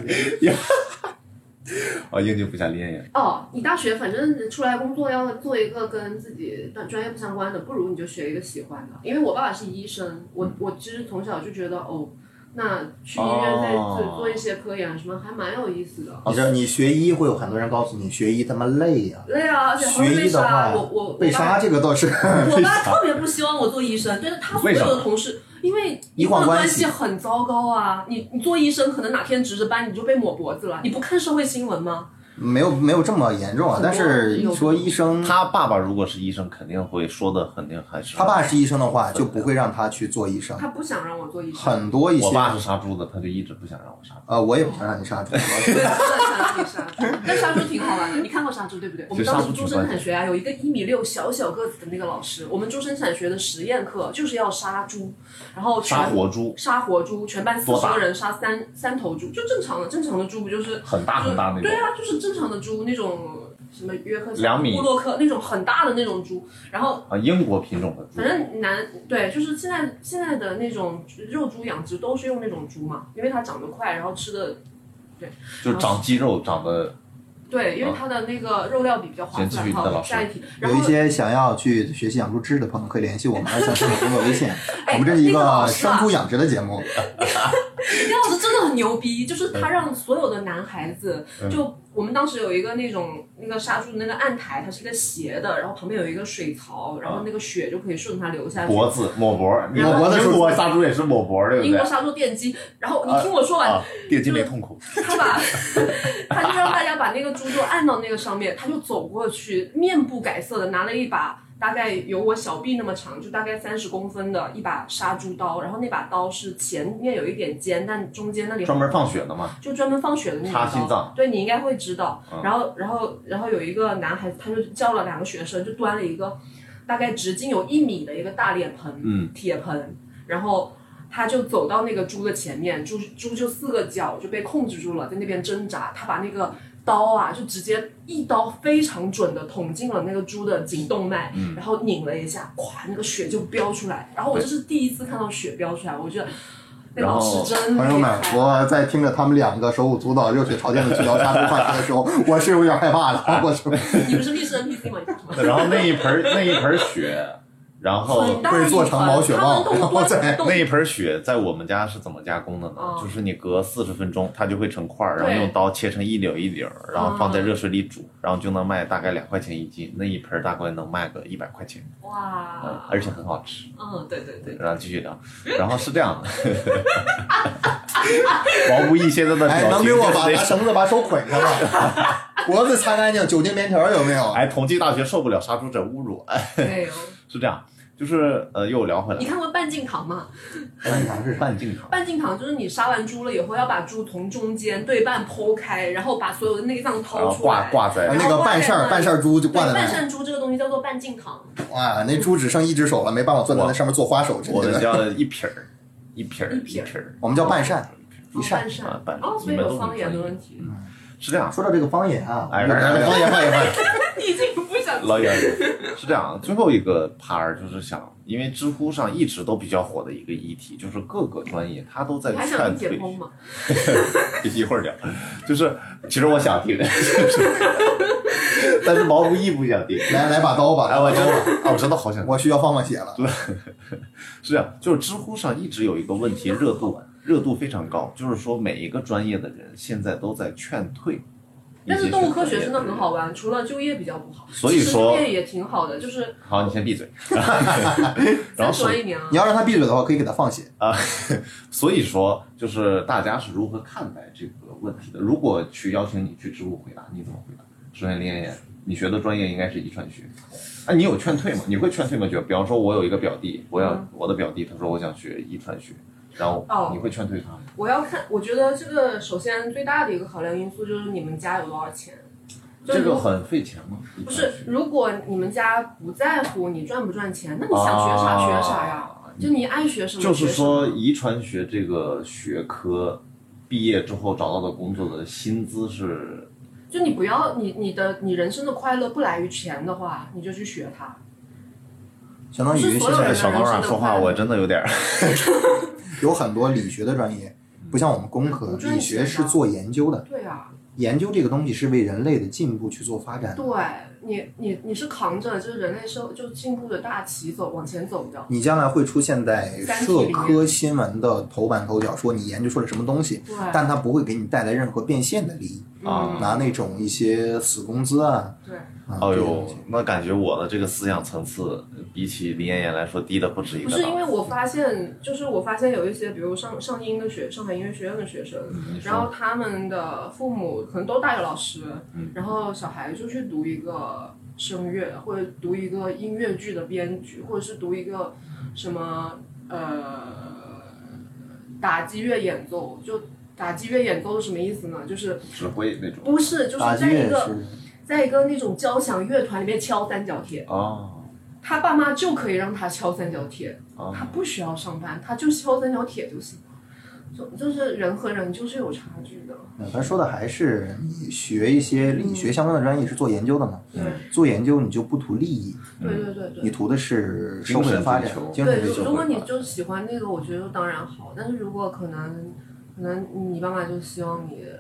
Speaker 3: 应接不暇练呀。
Speaker 1: 你大学反正出来工作要做一个跟自己专业不相关的，不如你就学一个喜欢的。因为我爸爸是医生，我其实从小就觉得那去医院再做一些科研什么还蛮有意思的。
Speaker 2: 你知道你学医会有很多人告诉你学医他妈累呀。
Speaker 1: 累啊，而且
Speaker 2: 学医的话，
Speaker 1: 我
Speaker 2: 被杀这个倒是。
Speaker 1: 我爸特别不希望我做医生，但是他所有的同事，因为医患关系很糟糕啊。你做医生可能哪天值着班你就被抹脖子了，你不看社会新闻吗？
Speaker 2: 没有这么严重啊，但是说医生，
Speaker 3: 他爸爸如果是医生，肯定会说的，肯定还是
Speaker 2: 他爸是医生的话，就不会让他去做医生。
Speaker 1: 他不想让我做医生。
Speaker 2: 很多一些，
Speaker 3: 我爸是杀猪的，他就一直不想让我杀猪。
Speaker 2: 我也不想让你杀猪。
Speaker 1: 对，不想让你杀猪，但杀猪挺好玩的。你看过杀猪对不对？我们当时猪生产学有一个1.6米小个子的那个老师，我们猪生产学的实验课就是要杀猪，然后
Speaker 3: 杀活猪，
Speaker 1: 全班40个人杀三头猪，就正常的猪不就是
Speaker 3: 很大那种？
Speaker 1: 对啊，就是正常的猪那种。什么约克
Speaker 3: 2米
Speaker 1: 布洛克那种很大的那种猪，然后
Speaker 3: 英国品种的猪，
Speaker 1: 反正对，就是现在的那种肉猪养殖都是用那种猪嘛，因为它长得快，然后吃的对，
Speaker 3: 就长肌肉长得。
Speaker 1: 对，因为它的那个肉料比较划算。好，下一题。
Speaker 2: 有一些想要去学习养猪知识的朋友可以联系我们237的工作微信。我们这是一个生猪养殖的节目。
Speaker 1: 那老师真的很牛逼，就是他让所有的男孩子，就我们当时有一个那个杀猪的那个案台，它是一个斜的，然后旁边有一个水槽，然后那个血就可以顺它流下去。
Speaker 3: 脖子抹脖的
Speaker 2: 时候，
Speaker 3: 英国杀猪也是抹脖，对不对？
Speaker 1: 英国杀猪电击，然后你听我说完，
Speaker 3: 电击没痛苦。
Speaker 1: 他就让大家把那个猪就按到那个上面，他就走过去，面不改色的拿了一把大概有我小臂那么长，就大概30公分的一把杀猪刀，然后那把刀是前面有一点尖，但中间那里
Speaker 3: 专门放血的吗？
Speaker 1: 就专门放血的那种刀。
Speaker 3: 插心脏。
Speaker 1: 对，你应该会知道。然后有一个男孩子，他就叫了2个学生，就端了一个大概直径有1米的一个大脸盆，铁盆，然后他就走到那个猪的前面，猪就4个脚就被控制住了，在那边挣扎，他把那个刀啊，就直接一刀非常准的捅进了那个猪的颈动脉，然后拧了一下，咵，那个血就飙出来。然后我这是第一次看到血飙出来，我觉得那老师真厉害。
Speaker 2: 朋友们，我在听着他们2个手舞足蹈、热血朝天的去聊杀猪话题的时候，我是有点害怕的。我是
Speaker 1: 你不是历史 NPC 吗？
Speaker 3: 然后那一盆血。然后
Speaker 2: 会做成毛血旺，然后
Speaker 3: 那一盆血在我们家是怎么加工的呢？就是你隔40分钟，它就会成块，然后用刀切成一绺一绺，然后放在热水里煮，然后就能卖大概2块钱1斤，那一盆大概能卖个100块钱。
Speaker 1: 哇！
Speaker 3: 而且很好吃。
Speaker 1: 对对对。
Speaker 3: 然后继续聊，然后是这样的，毛不易现在的表情，
Speaker 2: 能给我拿绳子把手捆上吗？脖子擦干净，酒精棉条有没有？
Speaker 3: 统计大学受不了杀猪者侮辱。
Speaker 1: 没有。
Speaker 3: 是这样。就是又聊回来。
Speaker 1: 你看过半径堂吗？
Speaker 2: 半径堂是
Speaker 3: 半径堂。
Speaker 1: 半径堂就是你杀完猪了以后，要把猪从中间对半剖开，然后把所有的内脏掏出来，
Speaker 3: 挂在
Speaker 2: 那个半扇猪就挂在那。
Speaker 1: 半扇猪这个东西叫做半径堂。
Speaker 2: 哇，那猪只剩1只手了，没办法坐在那上面做花手之类的。
Speaker 3: 我们叫一撇儿，一撇儿，
Speaker 2: 我们叫半扇，一扇。
Speaker 1: 所以有方言的问题。
Speaker 3: 是这样。
Speaker 2: 说到这个方言啊，
Speaker 3: 方
Speaker 2: 言换一换。
Speaker 1: 你已经不想
Speaker 3: 老远是这样。最后一个 part 就是想，因为知乎上一直都比较火的一个议题，就是各个专业它都在劝退。
Speaker 1: 你还想听解剖吗？
Speaker 3: 一会儿聊。就是其实我想听，但是毛不易不想听。
Speaker 2: 来把刀吧。
Speaker 3: 我真的好想听。
Speaker 2: 我需要放血了。
Speaker 3: 是这样，就是知乎上一直有一个问题，热度非常高，就是说每一个专业的人现在都在劝退。
Speaker 1: 但是动物科学真的很好玩，除了就业比较不好，
Speaker 3: 所以说
Speaker 1: 就业也挺好的，就是
Speaker 3: 好，你先闭嘴。
Speaker 1: 然后1年啊，
Speaker 2: 你要让他闭嘴的话，可以给他放血
Speaker 3: 啊。所以说，就是大家是如何看待这个问题的？如果去邀请你去知乎回答，你怎么回答？首先，林妍妍，你学的专业应该是遗传学，你有劝退吗？你会劝退吗？就比方说，我有一个表弟，我的表弟他说我想学遗传学。然后你会劝退他吗？
Speaker 1: 我要看，我觉得这个首先最大的一个考量因素就是你们家有多少钱。
Speaker 3: 这个很费钱吗？
Speaker 1: 不是，如果你们家不在乎你赚不赚钱，那你想学啥学啥呀，就你爱学什么学什么。
Speaker 3: 就是说，遗传学这个学科毕业之后找到的工作的薪资是，
Speaker 1: 就你不要你人生的快乐不来于钱的话，你就去学它。
Speaker 2: 相当于现
Speaker 3: 在小高软说话，我真的有点。
Speaker 2: 有很多理学的专业，不像我们工科，理学是做研究的。
Speaker 1: 对啊，
Speaker 2: 研究这个东西是为人类的进步去做发展的。
Speaker 1: 对，你是扛着就是人类就进步的大旗往前走的。
Speaker 2: 你将来会出现在社科新闻的头版头条，说你研究出了什么东西，但它不会给你带来任何变现的利益拿那种一些死工资啊。
Speaker 1: 对。
Speaker 3: 哎呦，那感觉我的这个思想层次比起林妍妍来说低的不止一个。
Speaker 1: 不是因为我发现有一些，比如上音的上海音乐学院的学生，然后他们的父母可能都大学老师，然后小孩就去读一个声乐，或者读一个音乐剧的编剧，或者是读一个什么打击乐演奏。就打击乐演奏是什么意思呢？就是
Speaker 3: 指挥那种。
Speaker 1: 不是，就是在一个那种交响乐团里面敲三角铁。他爸妈就可以让他敲三角铁，他不需要上班，他就敲三角铁就行。就是人和人就是有差距的。
Speaker 2: 他说的还是你学一些理学相关的专业是做研究的嘛？做研究你就不图利益，
Speaker 1: 对，
Speaker 2: 你图的是社会的发展，精神追求。
Speaker 1: 如果你就喜欢那个，我觉得当然好。但是如果可能你爸妈就希望你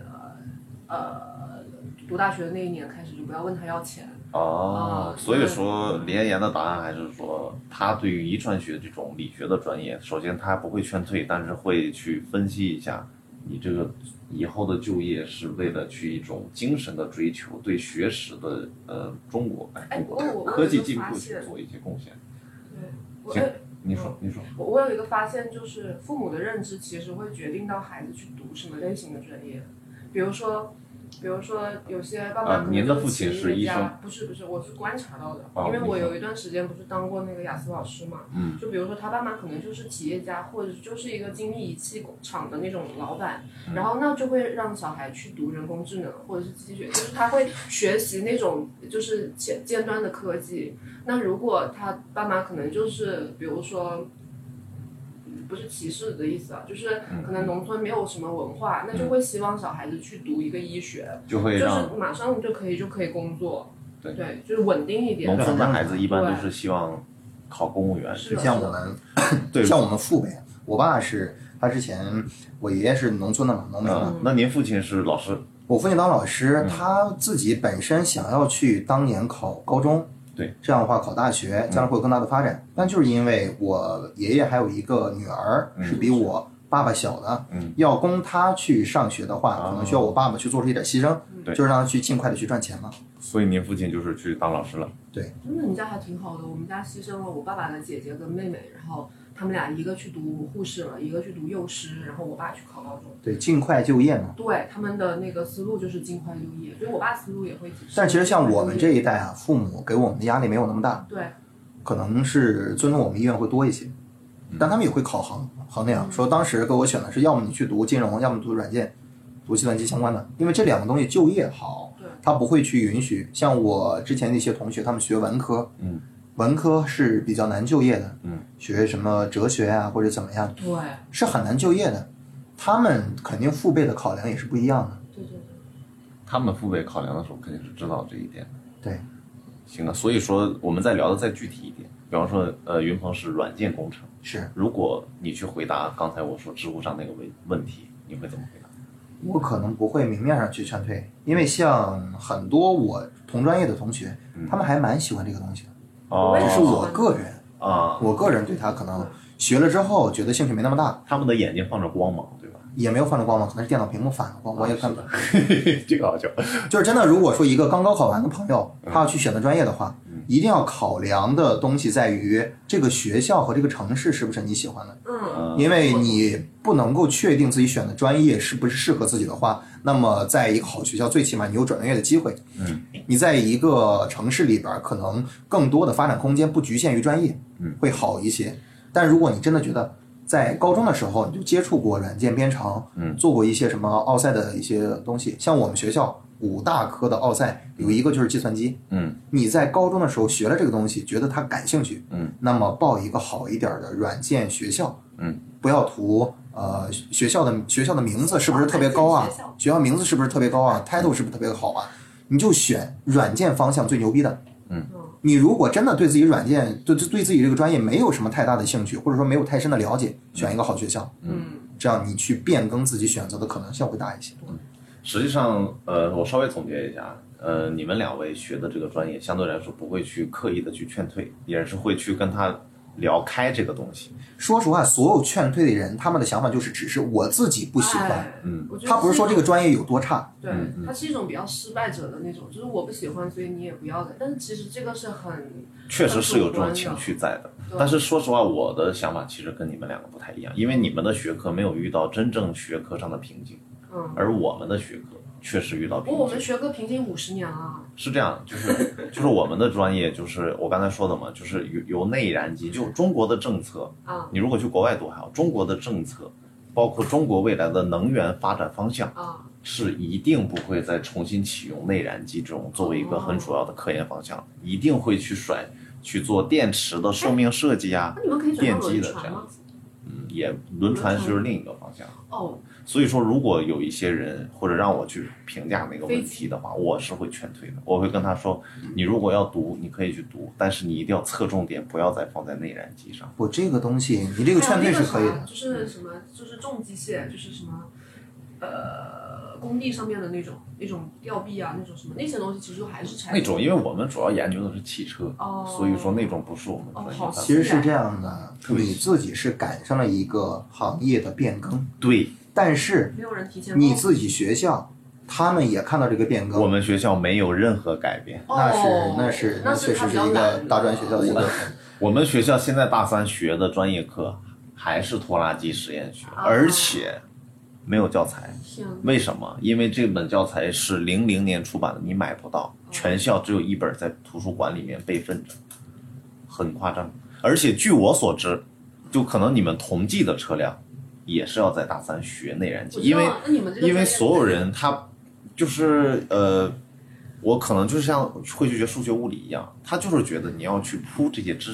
Speaker 1: 读大学的那一年开始就不要问他要钱。
Speaker 3: 所以说林妍妍的答案还是说，他对于遗传学这种理学的专业，首先他不会劝退，但是会去分析一下你这个以后的就业是为了去一种精神的追求，对学识的中国科技进步去做一些贡献。
Speaker 1: 对，
Speaker 3: 你说。
Speaker 1: 我有一个发现，就是父母的认知其实会决定到孩子去读什么类型的专业，比如说有些爸妈可能
Speaker 3: 您的父亲是医生？
Speaker 1: 不是，我是观察到的，因为我有一段时间不是当过那个雅思老师嘛。就比如说他爸妈可能就是企业家，或者就是一个精密仪器厂的那种老板，然后那就会让小孩去读人工智能或者是机器学，就是他会学习那种就是尖端的科技。那如果他爸妈可能就是比如说不是歧视的意思啊，就是可能农村没有什么文化，那就会希望小孩子去读一个医学，就是马上就可以工作，对，就是稳定一点。
Speaker 3: 农村的孩子一般都是希望考公务员，
Speaker 2: 就像我们，对，像我们父辈，我爸是他之前，我爷爷是农村的嘛，农民嘛。
Speaker 3: 那您父亲是老师？
Speaker 2: 我父亲当老师，他自己本身想要去当年考高中。
Speaker 3: 对，
Speaker 2: 这样的话考大学将来会有更大的发展，但就是因为我爷爷还有一个女儿是比我爸爸小的，要供他去上学的话，可能需要我爸爸去做出一点牺牲，就是让他去尽快的去赚钱嘛。
Speaker 3: 所以您父亲就是去当老师了。
Speaker 2: 对，
Speaker 1: 真的，你家还挺好的。我们家牺牲了我爸爸的姐姐跟妹妹，然后他们俩一个去读护士了，一个去读幼师，然后我爸去考高中。
Speaker 2: 对，尽快就业嘛。
Speaker 1: 对，他们的那个思路就是尽快就业，所以我爸思路也会。
Speaker 2: 但其实像我们这一代啊，父母给我们的压力没有那么大。
Speaker 1: 对，
Speaker 2: 可能是尊重我们意愿会多一些，但他们也会衡量，说当时给我选的是要么你去读金融，要么读软件，读计算机相关的，因为这两个东西就业好，他不会去允许。像我之前的一些同学，他们学文科，文科是比较难就业的，学什么哲学啊或者怎么样，
Speaker 1: 对，
Speaker 2: 是很难就业的。他们肯定父辈的考量也是不一样的。
Speaker 1: 对，
Speaker 3: 他们父辈考量的时候肯定是知道这一点的。
Speaker 2: 对，
Speaker 3: 行啊，所以说我们再聊的再具体一点，比方说云鹏是软件工程，
Speaker 2: 是，
Speaker 3: 如果你去回答刚才我说知乎上那个问题，你会怎么回答？
Speaker 2: 我可能不会明面上去劝退，因为像很多我同专业的同学，他们还蛮喜欢这个东西的。只是我个人我个人对他可能学了之后觉得兴趣没那么大。
Speaker 3: 他们的眼睛放着光芒，对吧？
Speaker 2: 也没有放着光芒，可能是电脑屏幕反了光，我也看不懂。
Speaker 3: 这个好笑。
Speaker 2: 就是真的，如果说一个刚高考完的朋友，他要去选择专业的话，一定要考量的东西在于这个学校和这个城市是不是你喜欢的。因为你不能够确定自己选的专业是不是适合自己的话，那么在一个好学校，最起码你有转专业的机会。你在一个城市里边，可能更多的发展空间不局限于专业，会好一些。但如果你真的觉得在高中的时候你就接触过软件编程，做过一些什么奥赛的一些东西，像我们学校5大科的奥赛有一个就是计算机，你在高中的时候学了这个东西，觉得它感兴趣，那么报一个好一点的软件学校，不要图学校的名字是不是特别高啊？学校名字是不是特别高啊 ？title 是不是特别好啊？你就选软件方向最牛逼的。你如果真的对自己软件对自己这个专业没有什么太大的兴趣，或者说没有太深的了解，选一个好学校，这样你去变更自己选择的可能性会大一些。
Speaker 3: 实际上，我稍微总结一下，你们2位学的这个专业，相对来说不会去刻意的去劝退，也是会去跟他聊开这个东西。
Speaker 2: 说实话，所有劝退的人，他们的想法就是只是我自己不喜欢，他不是说这个专业有多差。
Speaker 1: 对，他是一种比较失败者的那种，就是我不喜欢，所以你也不要的。但是其实这个是
Speaker 3: 确实是有这种情绪在的。但是说实话，我的想法其实跟你们2个不太一样，因为你们的学科没有遇到真正学科上的瓶颈，而我们的学科确实遇到瓶颈。
Speaker 1: 我们学科瓶颈50年了。
Speaker 3: 是这样，就是我们的专业，就是我刚才说的嘛，就是由内燃机，就中国的政策啊，你如果去国外读还好，中国的政策，包括中国未来的能源发展方向啊，是一定不会再重新启用内燃机这种作为一个很主要的科研方向，一定会去做电池的寿命设计啊，电机的这样子。也轮船就是另一个方向。所以说如果有一些人或者让我去评价那个问题的话，我是会劝退的。我会跟他说，你如果要读你可以去读，但是你一定要侧重点，不要再放在内燃机上。
Speaker 2: 我这个东西你这个劝退是可以的。
Speaker 1: 就是什么，就是重机械，就是什么工地上面的那种吊臂啊，那种什么那些东西其实都还是柴油。
Speaker 3: 那种因为我们主要研究的是汽车，所以说那种不是我们专业。
Speaker 2: 其实是这样的，你自己是赶上了一个行业的变更，
Speaker 3: 对，
Speaker 2: 但是你自己学校他们也看到这个变更。
Speaker 3: 我们学校没有任何改变。
Speaker 2: 那确实是一个大专学校的一个。
Speaker 3: 我们学校现在大3学的专业课还是拖拉机实验学，而且没有教材。为什么？因为这本教材是00年出版的，你买不到，全校只有1本在图书馆里面备份着，很夸张。而且据我所知，就可能你们同济的车辆也是要在大3学内燃机，因为所有人他就是我可能就像会去学数学物理一样，他就是觉得你要去铺这些知识，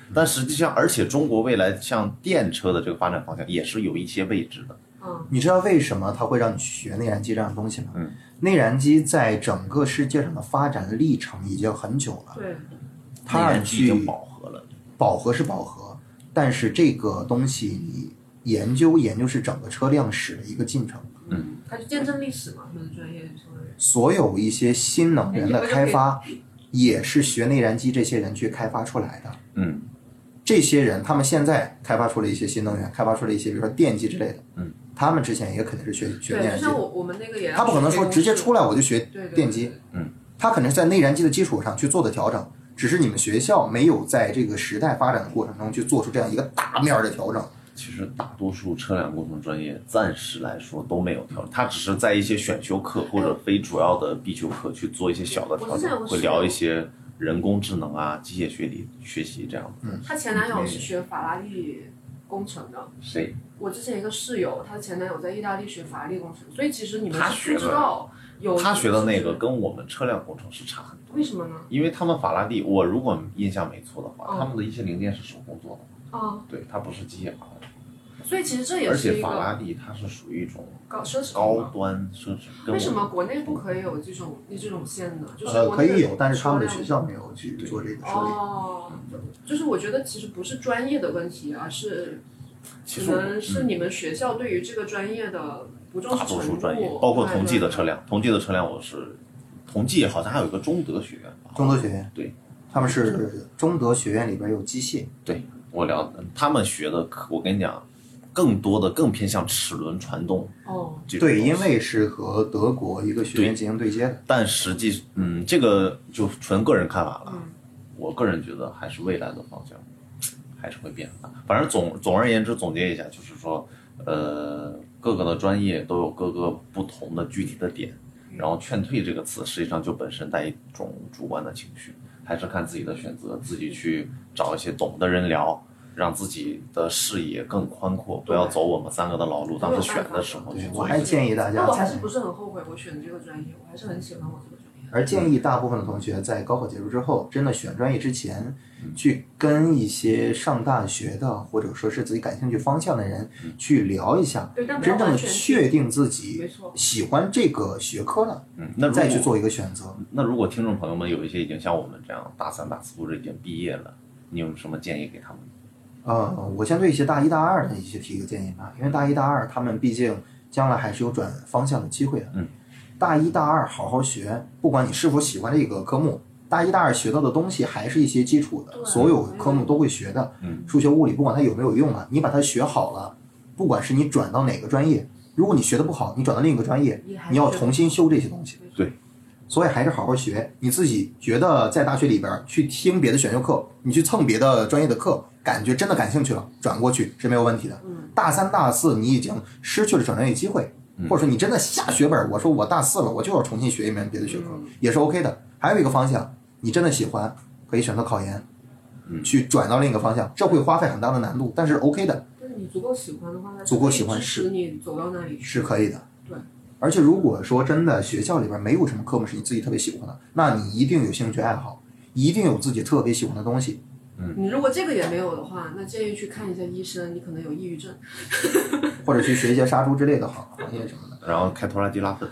Speaker 3: 但实际上，而且中国未来像电车的这个发展方向也是有一些未知的。
Speaker 2: 你知道为什么它会让你学内燃机这样的东西吗？内燃机在整个世界上的发展历程已经很久了。
Speaker 1: 对，
Speaker 3: 它内燃机已经饱和了。
Speaker 2: 饱和是饱和，但是这个东西你研究是整个车辆史的一个进程。
Speaker 1: 它就见证历史嘛，它的专业。
Speaker 2: 所有一些新能源的开发，也是学内燃机这些人去开发出来的。这些人他们现在开发出了一些新能源，开发出了一些比如说电机之类的。他们之前也肯定是学内燃机。
Speaker 1: 就像我们那个也，
Speaker 2: 他不可能说直接出来我就学电机。他肯定是在内燃机的基础上去做的调整，只是你们学校没有在这个时代发展的过程中去做出这样一个大面的调整。
Speaker 3: 其实大多数车辆工程专业暂时来说都没有调整，它只是在一些选修课或者非主要的必修课去做一些小的调整，会聊一些人工智能啊、机械学习这样的。
Speaker 1: 她前男友是学法拉利工程的。
Speaker 3: 谁？
Speaker 1: 我之前一个室友，她前男友在意大利学法拉利工程，所以其实你们是不知道
Speaker 3: 他学的那个跟我们车辆工程师差很多。
Speaker 1: 为什么呢？
Speaker 3: 因为他们法拉利，我如果印象没错的话，他们的一些零件是手工做的。对，它不是机械法拉利。
Speaker 1: 所以其实这也
Speaker 3: 而
Speaker 1: 是一个，
Speaker 3: 且法拉利它是属于一种
Speaker 1: 高
Speaker 3: 端奢侈。
Speaker 1: 为什么国内不可以有这种线呢？就是
Speaker 2: 可以有，但是他们的学校没有去做这个设
Speaker 1: 立。就是我觉得其实不是专业的问题，而是可能是你们学校对于这个专业的不重视程度。
Speaker 3: 大多数专业，包括同济的车辆，同济的车辆同济好像还有一个中德学院吧？
Speaker 2: 中德学院，
Speaker 3: 对，
Speaker 2: 他们是中德学院里边有机械。
Speaker 3: 对，他们学的，我跟你讲。更多的更偏向齿轮传动。
Speaker 2: 对，因为是和德国一个学院进行对接的。
Speaker 3: 但实际这个就纯个人看法了。我个人觉得还是未来的方向还是会变的。反正总而言之总结一下，就是说各个的专业都有各个不同的具体的点，然后劝退这个词实际上就本身带一种主观的情绪，还是看自己的选择，自己去找一些懂的人聊，让自己的视野更宽阔，不要走我们三个的老路。当时选的时候去做。
Speaker 2: 我还建议大家，
Speaker 1: 我还是不是很后悔我选这个专业，我还是很喜欢我这个专业。
Speaker 2: 而建议大部分的同学在高考结束之后，真的选专业之前，去跟一些上大学的或者说是自己感兴趣方向的人去聊一下，真正的确定自己喜欢这个学科了，
Speaker 3: 那
Speaker 2: 再去做一个选择。
Speaker 3: 那如果听众朋友们有一些已经像我们这样大三、大四或者已经毕业了，你有什么建议给他们？
Speaker 2: 我先对一些大一大二的一些提一个建议吧，因为大一大二他们毕竟将来还是有转方向的机会的。大一大二好好学，不管你是否喜欢这个科目，大一大二学到的东西还是一些基础的，所有科目都会学的。数学、物理，不管它有没有用啊，你把它学好了，不管是你转到哪个专业，如果你学的不好，你转到另一个专业，你要重新修这些东西。
Speaker 3: 对。
Speaker 2: 所以还是好好学，你自己觉得在大学里边去听别的选修课，你去蹭别的专业的课，感觉真的感兴趣了，转过去是没有问题的。大三大四你已经失去了转专业机会，或者说你真的下血本，我说我大四了，我就要重新学一门别的学科，也是 OK 的。还有一个方向，你真的喜欢，可以选择考研，去转到另一个方向，这会花费很大的难度，但是 OK 的。
Speaker 1: 但是你足够喜欢的话，
Speaker 2: 足够喜欢
Speaker 1: 是你走到那里
Speaker 2: 是可以的。
Speaker 1: 对。
Speaker 2: 而且如果说真的学校里边没有什么科目是你自己特别喜欢的，那你一定有兴趣爱好，一定有自己特别喜欢的东西。
Speaker 1: 你如果这个也没有的话，那建议去看一下医生，你可能有抑郁症，
Speaker 2: 或者去学一些杀猪之类的行业什么的，
Speaker 3: 然后开拖拉机拉粪。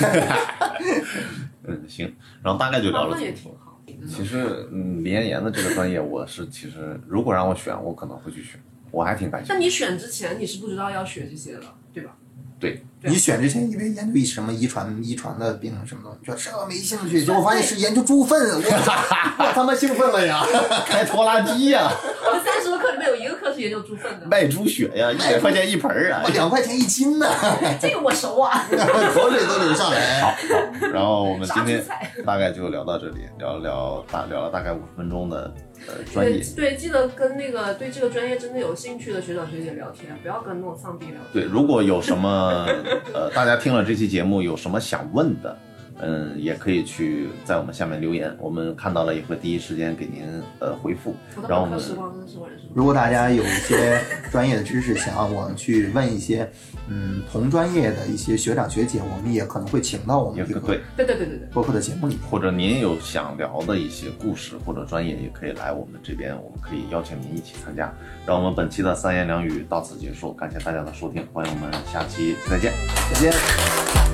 Speaker 3: 行，然后大概就聊了。
Speaker 1: 也挺好。
Speaker 3: 其实，理研研的这个专业，其实如果让我选，我可能会去选，我还挺感兴趣。
Speaker 1: 但你选之前你是不知道要学这些的，对吧？
Speaker 3: 对，
Speaker 2: 你选之前以为研究什么遗传的病什么东西，说这没兴趣，结果发现是研究猪粪，我他妈兴奋了呀！
Speaker 3: 开拖拉机呀！
Speaker 1: 我的30个课里面有1个课是研究猪粪的。
Speaker 3: 卖猪血呀，100块钱一盆啊
Speaker 2: ，2块钱1斤呢。
Speaker 1: 这个我熟啊，
Speaker 2: 口水都流上来。
Speaker 3: 好，然后我们今天大概就聊到这里，聊了大概50分钟的。专业
Speaker 1: 对，记得跟那个对这个专业真的有兴趣的学长学姐聊天，不要跟那种丧逼聊天。
Speaker 3: 对，如果有什么大家听了这期节目有什么想问的， 也可以去在我们下面留言，我们看到了也会第一时间给您回复。然后我们
Speaker 2: 如果大家有一些专业的知识想要我们去问一些同专业的一些学长学姐，我们也可能会请到我们这个
Speaker 1: 对
Speaker 2: 播客的节目里，
Speaker 3: 或者您有想聊的一些故事或者专业，也可以来我们这边，我们可以邀请您一起参加。让我们本期的三言两语到此结束，感谢大家的收听，欢迎我们下期再见。
Speaker 2: 再见。